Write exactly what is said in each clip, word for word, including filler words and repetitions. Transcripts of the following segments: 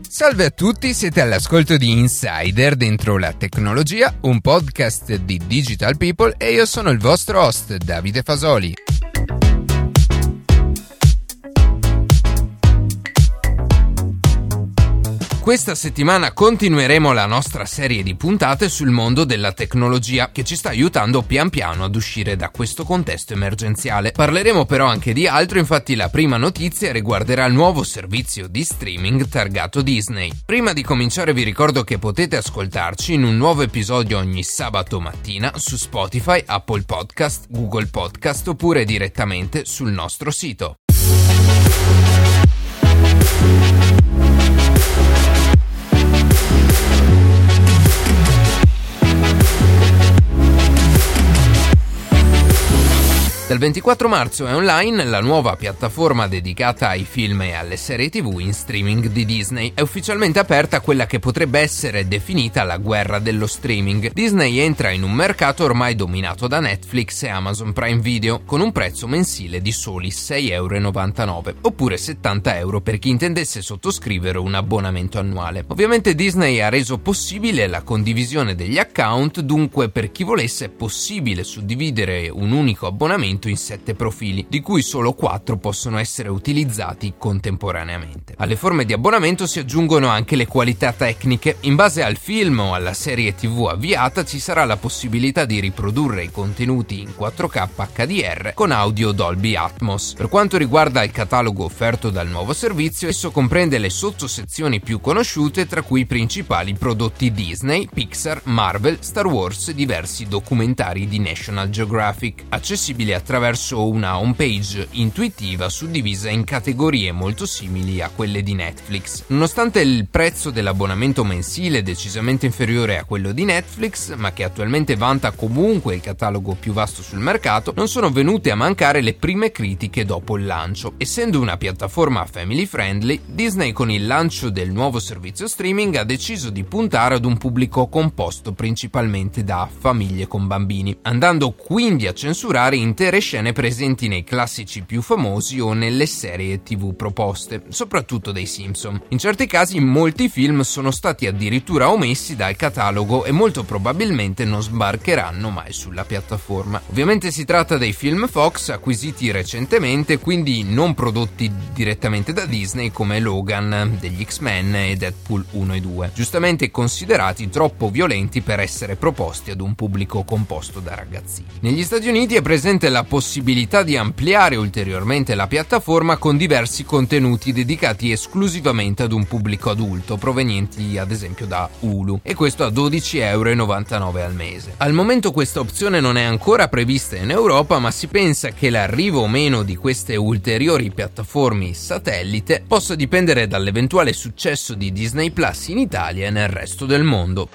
Salve a tutti, siete all'ascolto di Insider dentro la tecnologia, un podcast di Digital People e io sono il vostro host Davide Fasoli. Questa settimana continueremo la nostra serie di puntate sul mondo della tecnologia che ci sta aiutando pian piano ad uscire da questo contesto emergenziale. Parleremo però anche di altro, infatti la prima notizia riguarderà il nuovo servizio di streaming targato Disney. Prima di cominciare vi ricordo che potete ascoltarci in un nuovo episodio ogni sabato mattina su Spotify, Apple Podcast, Google Podcast oppure direttamente sul nostro sito. Dal ventiquattro marzo è online la nuova piattaforma dedicata ai film e alle serie tivù in streaming di Disney. È ufficialmente aperta quella che potrebbe essere definita la guerra dello streaming. Disney entra in un mercato ormai dominato da Netflix e Amazon Prime Video, con un prezzo mensile di soli sei virgola novantanove euro, oppure settanta euro per chi intendesse sottoscrivere un abbonamento annuale. Ovviamente Disney ha reso possibile la condivisione degli account, dunque per chi volesse è possibile suddividere un unico abbonamento in sette profili, di cui solo quattro possono essere utilizzati contemporaneamente. Alle forme di abbonamento si aggiungono anche le qualità tecniche. In base al film o alla serie tivù avviata ci sarà la possibilità di riprodurre i contenuti in quattro K H D R con audio Dolby Atmos. Per quanto riguarda il catalogo offerto dal nuovo servizio, esso comprende le sottosezioni più conosciute, tra cui i principali prodotti Disney, Pixar, Marvel, Star Wars e diversi documentari di National Geographic, accessibili a attraverso una homepage intuitiva suddivisa in categorie molto simili a quelle di Netflix. Nonostante il prezzo dell'abbonamento mensile decisamente inferiore a quello di Netflix, ma che attualmente vanta comunque il catalogo più vasto sul mercato, non sono venute a mancare le prime critiche dopo il lancio. Essendo una piattaforma family friendly, Disney con il lancio del nuovo servizio streaming ha deciso di puntare ad un pubblico composto principalmente da famiglie con bambini, andando quindi a censurare intere scene presenti nei classici più famosi o nelle serie tivù proposte, soprattutto dei Simpson. In certi casi molti film sono stati addirittura omessi dal catalogo e molto probabilmente non sbarcheranno mai sulla piattaforma. Ovviamente si tratta dei film Fox acquisiti recentemente, quindi non prodotti direttamente da Disney, come Logan degli X-Men e Deadpool uno e due, giustamente considerati troppo violenti per essere proposti ad un pubblico composto da ragazzini. Negli Stati Uniti è presente la possibilità di ampliare ulteriormente la piattaforma con diversi contenuti dedicati esclusivamente ad un pubblico adulto, provenienti ad esempio da Hulu, e questo a dodici virgola novantanove euro al mese. Al momento questa opzione non è ancora prevista in Europa, ma si pensa che l'arrivo o meno di queste ulteriori piattaforme satellite possa dipendere dall'eventuale successo di Disney Plus in Italia e nel resto del mondo.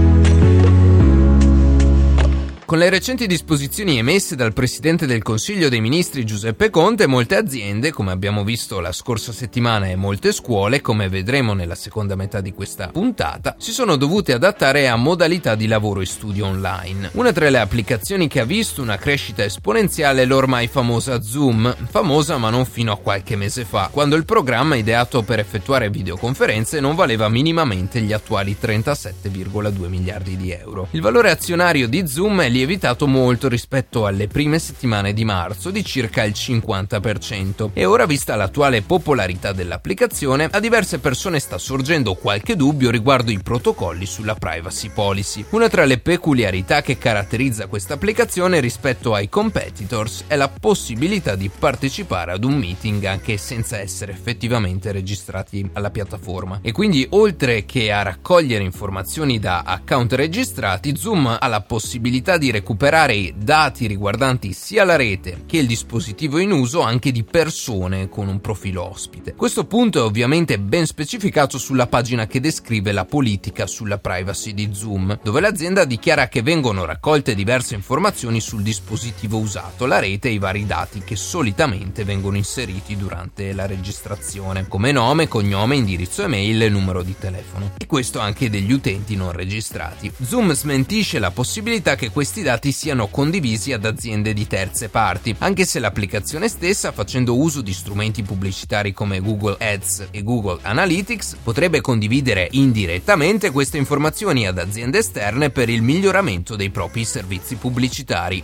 Con le recenti disposizioni emesse dal Presidente del Consiglio dei Ministri Giuseppe Conte, molte aziende, come abbiamo visto la scorsa settimana, e molte scuole, come vedremo nella seconda metà di questa puntata, si sono dovute adattare a modalità di lavoro e studio online. Una tra le applicazioni che ha visto una crescita esponenziale è l'ormai famosa Zoom, famosa ma non fino a qualche mese fa, quando il programma ideato per effettuare videoconferenze non valeva minimamente gli attuali trentasette virgola due miliardi di euro. Il valore azionario di Zoom è lievitato molto rispetto alle prime settimane di marzo, di circa il cinquanta per cento, e ora, vista l'attuale popolarità dell'applicazione, a diverse persone sta sorgendo qualche dubbio riguardo i protocolli sulla privacy policy. Una tra le peculiarità che caratterizza questa applicazione rispetto ai competitors è la possibilità di partecipare ad un meeting anche senza essere effettivamente registrati alla piattaforma, e quindi oltre che a raccogliere informazioni da account registrati, Zoom ha la possibilità di recuperare dati riguardanti sia la rete che il dispositivo in uso anche di persone con un profilo ospite. Questo punto è ovviamente ben specificato sulla pagina che descrive la politica sulla privacy di Zoom, dove l'azienda dichiara che vengono raccolte diverse informazioni sul dispositivo usato, la rete e i vari dati che solitamente vengono inseriti durante la registrazione, come nome, cognome, indirizzo email e numero di telefono, e questo anche degli utenti non registrati. Zoom smentisce la possibilità che questi questi dati siano condivisi ad aziende di terze parti, anche se l'applicazione stessa, facendo uso di strumenti pubblicitari come Google Ads e Google Analytics, potrebbe condividere indirettamente queste informazioni ad aziende esterne per il miglioramento dei propri servizi pubblicitari.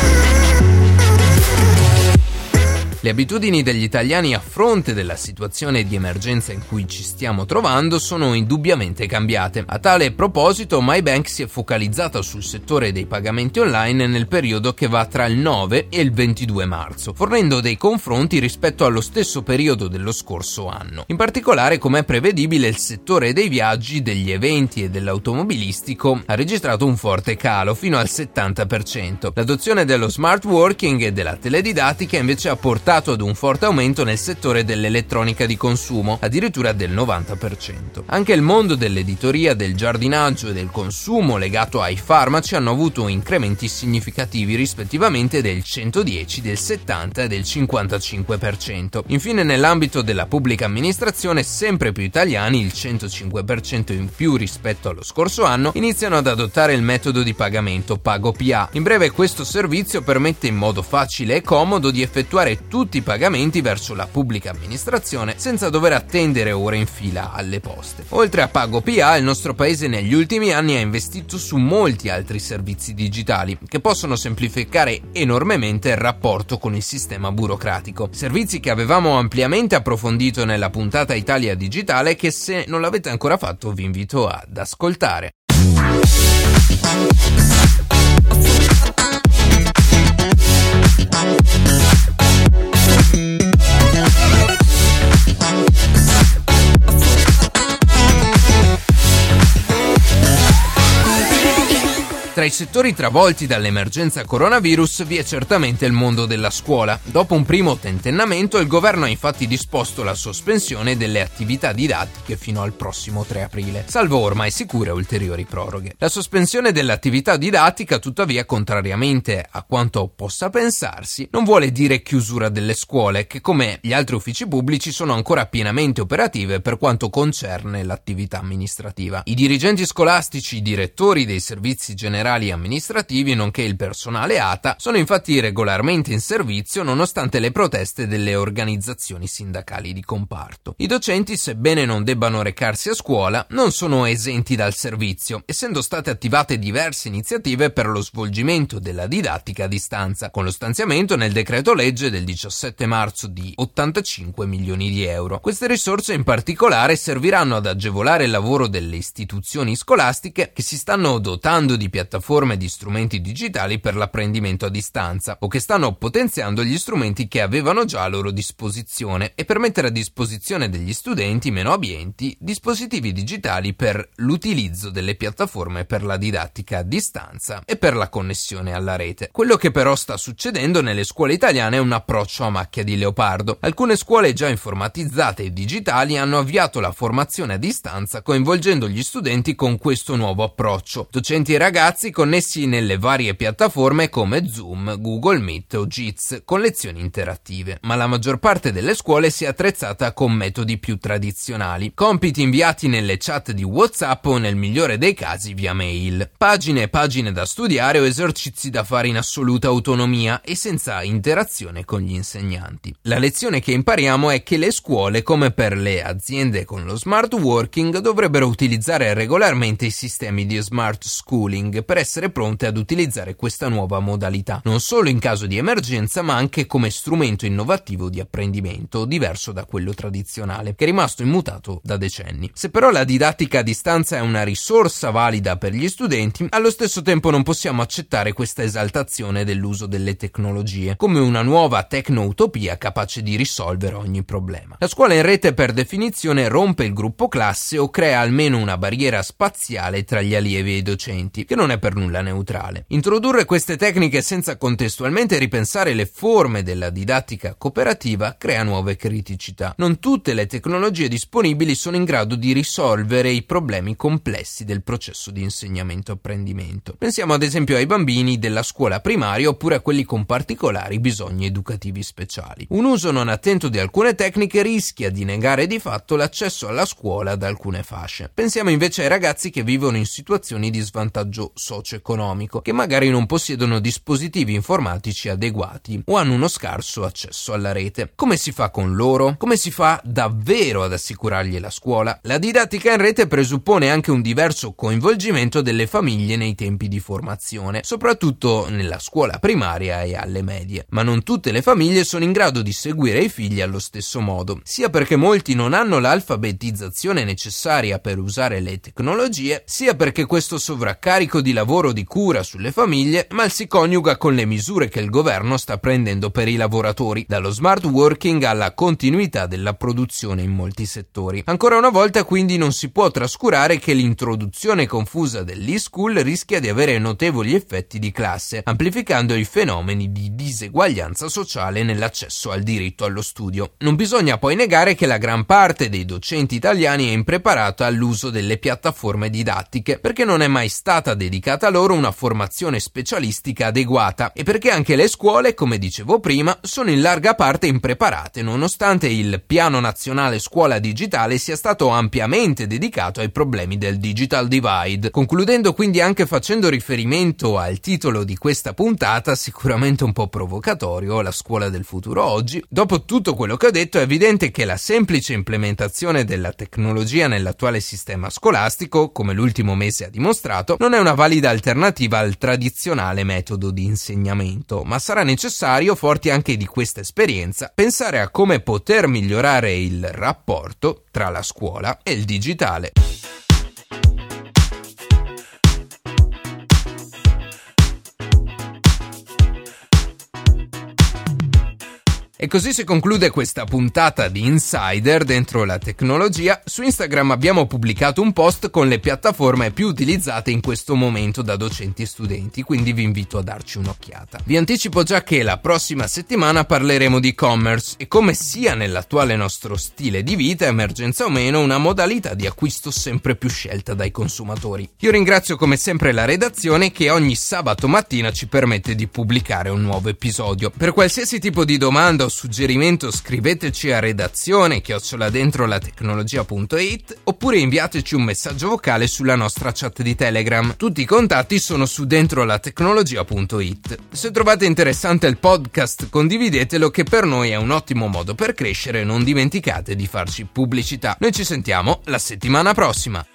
Le abitudini degli italiani a fronte della situazione di emergenza in cui ci stiamo trovando sono indubbiamente cambiate. A tale proposito, MyBank si è focalizzata sul settore dei pagamenti online nel periodo che va tra il nove e il ventidue marzo, fornendo dei confronti rispetto allo stesso periodo dello scorso anno. In particolare, come è prevedibile, il settore dei viaggi, degli eventi e dell'automobilistico ha registrato un forte calo, fino al settanta per cento. L'adozione dello smart working e della teledidattica invece ha portato ad un forte aumento nel settore dell'elettronica di consumo, addirittura del novanta per cento. Anche il mondo dell'editoria, del giardinaggio e del consumo legato ai farmaci hanno avuto incrementi significativi, rispettivamente del centodieci, del settanta e del cinquantacinque per cento. Infine, nell'ambito della pubblica amministrazione, sempre più italiani, il centocinque per cento in più rispetto allo scorso anno, iniziano ad adottare il metodo di pagamento PagoPA. In breve, questo servizio permette in modo facile e comodo di effettuare tutti tutti i pagamenti verso la pubblica amministrazione senza dover attendere ore in fila alle poste. Oltre a PagoPA, il nostro paese negli ultimi anni ha investito su molti altri servizi digitali che possono semplificare enormemente il rapporto con il sistema burocratico. Servizi che avevamo ampiamente approfondito nella puntata Italia Digitale, che se non l'avete ancora fatto vi invito ad ascoltare. Tra i settori travolti dall'emergenza coronavirus vi è certamente il mondo della scuola. Dopo un primo tentennamento, il governo ha infatti disposto la sospensione delle attività didattiche fino al prossimo tre aprile, salvo ormai sicure ulteriori proroghe. La sospensione dell'attività didattica, tuttavia, contrariamente a quanto possa pensarsi, non vuole dire chiusura delle scuole, che come gli altri uffici pubblici sono ancora pienamente operative per quanto concerne l'attività amministrativa. I dirigenti scolastici, i direttori dei servizi generali amministrativi, nonché il personale A T A, sono infatti regolarmente in servizio nonostante le proteste delle organizzazioni sindacali di comparto. I docenti, sebbene non debbano recarsi a scuola, non sono esenti dal servizio, essendo state attivate diverse iniziative per lo svolgimento della didattica a distanza, con lo stanziamento nel decreto legge del diciassette marzo di ottantacinque milioni di euro. Queste risorse in particolare serviranno ad agevolare il lavoro delle istituzioni scolastiche che si stanno dotando di piattaforme piattaforme di strumenti digitali per l'apprendimento a distanza o che stanno potenziando gli strumenti che avevano già a loro disposizione e per mettere a disposizione degli studenti meno abbienti dispositivi digitali per l'utilizzo delle piattaforme per la didattica a distanza e per la connessione alla rete. Quello che però sta succedendo nelle scuole italiane è un approccio a macchia di leopardo. Alcune scuole già informatizzate e digitali hanno avviato la formazione a distanza coinvolgendo gli studenti con questo nuovo approccio. Docenti e ragazzi connessi nelle varie piattaforme come Zoom, Google Meet o Jitsi con lezioni interattive, ma la maggior parte delle scuole si è attrezzata con metodi più tradizionali, compiti inviati nelle chat di WhatsApp o nel migliore dei casi via mail, pagine e pagine da studiare o esercizi da fare in assoluta autonomia e senza interazione con gli insegnanti. La lezione che impariamo è che le scuole, come per le aziende con lo smart working, dovrebbero utilizzare regolarmente i sistemi di smart schooling per essere pronte ad utilizzare questa nuova modalità, non solo in caso di emergenza ma anche come strumento innovativo di apprendimento diverso da quello tradizionale, che è rimasto immutato da decenni. Se però la didattica a distanza è una risorsa valida per gli studenti, allo stesso tempo non possiamo accettare questa esaltazione dell'uso delle tecnologie come una nuova tecno-utopia capace di risolvere ogni problema. La scuola in rete per definizione rompe il gruppo classe o crea almeno una barriera spaziale tra gli allievi e i docenti, che non è per nulla neutrale. Introdurre queste tecniche senza contestualmente ripensare le forme della didattica cooperativa crea nuove criticità. Non tutte le tecnologie disponibili sono in grado di risolvere i problemi complessi del processo di insegnamento-apprendimento. Pensiamo ad esempio ai bambini della scuola primaria oppure a quelli con particolari bisogni educativi speciali. Un uso non attento di alcune tecniche rischia di negare di fatto l'accesso alla scuola ad alcune fasce. Pensiamo invece ai ragazzi che vivono in situazioni di svantaggio sociale socio-economico, che magari non possiedono dispositivi informatici adeguati o hanno uno scarso accesso alla rete. Come si fa con loro? Come si fa davvero ad assicurargli la scuola? La didattica in rete presuppone anche un diverso coinvolgimento delle famiglie nei tempi di formazione, soprattutto nella scuola primaria e alle medie. Ma non tutte le famiglie sono in grado di seguire i figli allo stesso modo, sia perché molti non hanno l'alfabetizzazione necessaria per usare le tecnologie, sia perché questo sovraccarico di lavoro di cura sulle famiglie mal si coniuga con le misure che il governo sta prendendo per i lavoratori, dallo smart working alla continuità della produzione in molti settori. Ancora una volta quindi non si può trascurare che l'introduzione confusa dell'e-school rischia di avere notevoli effetti di classe, amplificando i fenomeni di diseguaglianza sociale nell'accesso al diritto allo studio. Non bisogna poi negare che la gran parte dei docenti italiani è impreparata all'uso delle piattaforme didattiche, perché non è mai stata dedicata loro una formazione specialistica adeguata e perché anche le scuole, come dicevo prima, sono in larga parte impreparate, nonostante il Piano Nazionale Scuola Digitale sia stato ampiamente dedicato ai problemi del digital divide. Concludendo quindi anche facendo riferimento al titolo di questa puntata, sicuramente un po' provocatorio, la scuola del futuro oggi, dopo tutto quello che ho detto è evidente che la semplice implementazione della tecnologia nell'attuale sistema scolastico, come l'ultimo mese ha dimostrato, non è una valida alternativa al tradizionale metodo di insegnamento, ma sarà necessario, forti anche di questa esperienza, pensare a come poter migliorare il rapporto tra la scuola e il digitale. E così si conclude questa puntata di Insider dentro la tecnologia. Su Instagram abbiamo pubblicato un post con le piattaforme più utilizzate in questo momento da docenti e studenti, quindi vi invito a darci un'occhiata. Vi anticipo già che la prossima settimana parleremo di e-commerce e come sia nell'attuale nostro stile di vita, emergenza o meno, una modalità di acquisto sempre più scelta dai consumatori. Io ringrazio come sempre la redazione che ogni sabato mattina ci permette di pubblicare un nuovo episodio. Per qualsiasi tipo di domanda o suggerimento scriveteci a redazione chiocciola dentro la tecnologia punto it oppure inviateci un messaggio vocale sulla nostra chat di Telegram. Tutti i contatti sono su dentro la tecnologia punto it. Se trovate interessante il podcast, condividetelo, che per noi è un ottimo modo per crescere. Non dimenticate di farci pubblicità. Noi ci sentiamo la settimana prossima.